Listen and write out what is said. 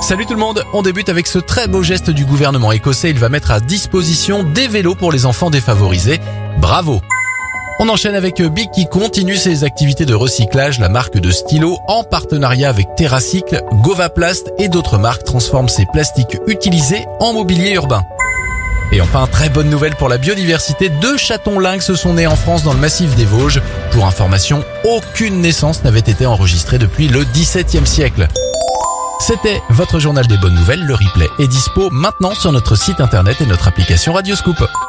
Salut tout le monde, on débute avec ce très beau geste du gouvernement écossais. Il va mettre à disposition des vélos pour les enfants défavorisés. Bravo! On enchaîne avec Bic qui continue ses activités de recyclage. La marque de stylos, en partenariat avec TerraCycle, Govaplast et d'autres marques, transforme ces plastiques utilisés en mobilier urbain. Et enfin, très bonne nouvelle pour la biodiversité. 2 chatons lynx se sont nés en France dans le massif des Vosges. Pour information, aucune naissance n'avait été enregistrée depuis le XVIIe siècle. C'était votre journal des bonnes nouvelles. Le replay est dispo maintenant sur notre site internet et notre application Radioscoop.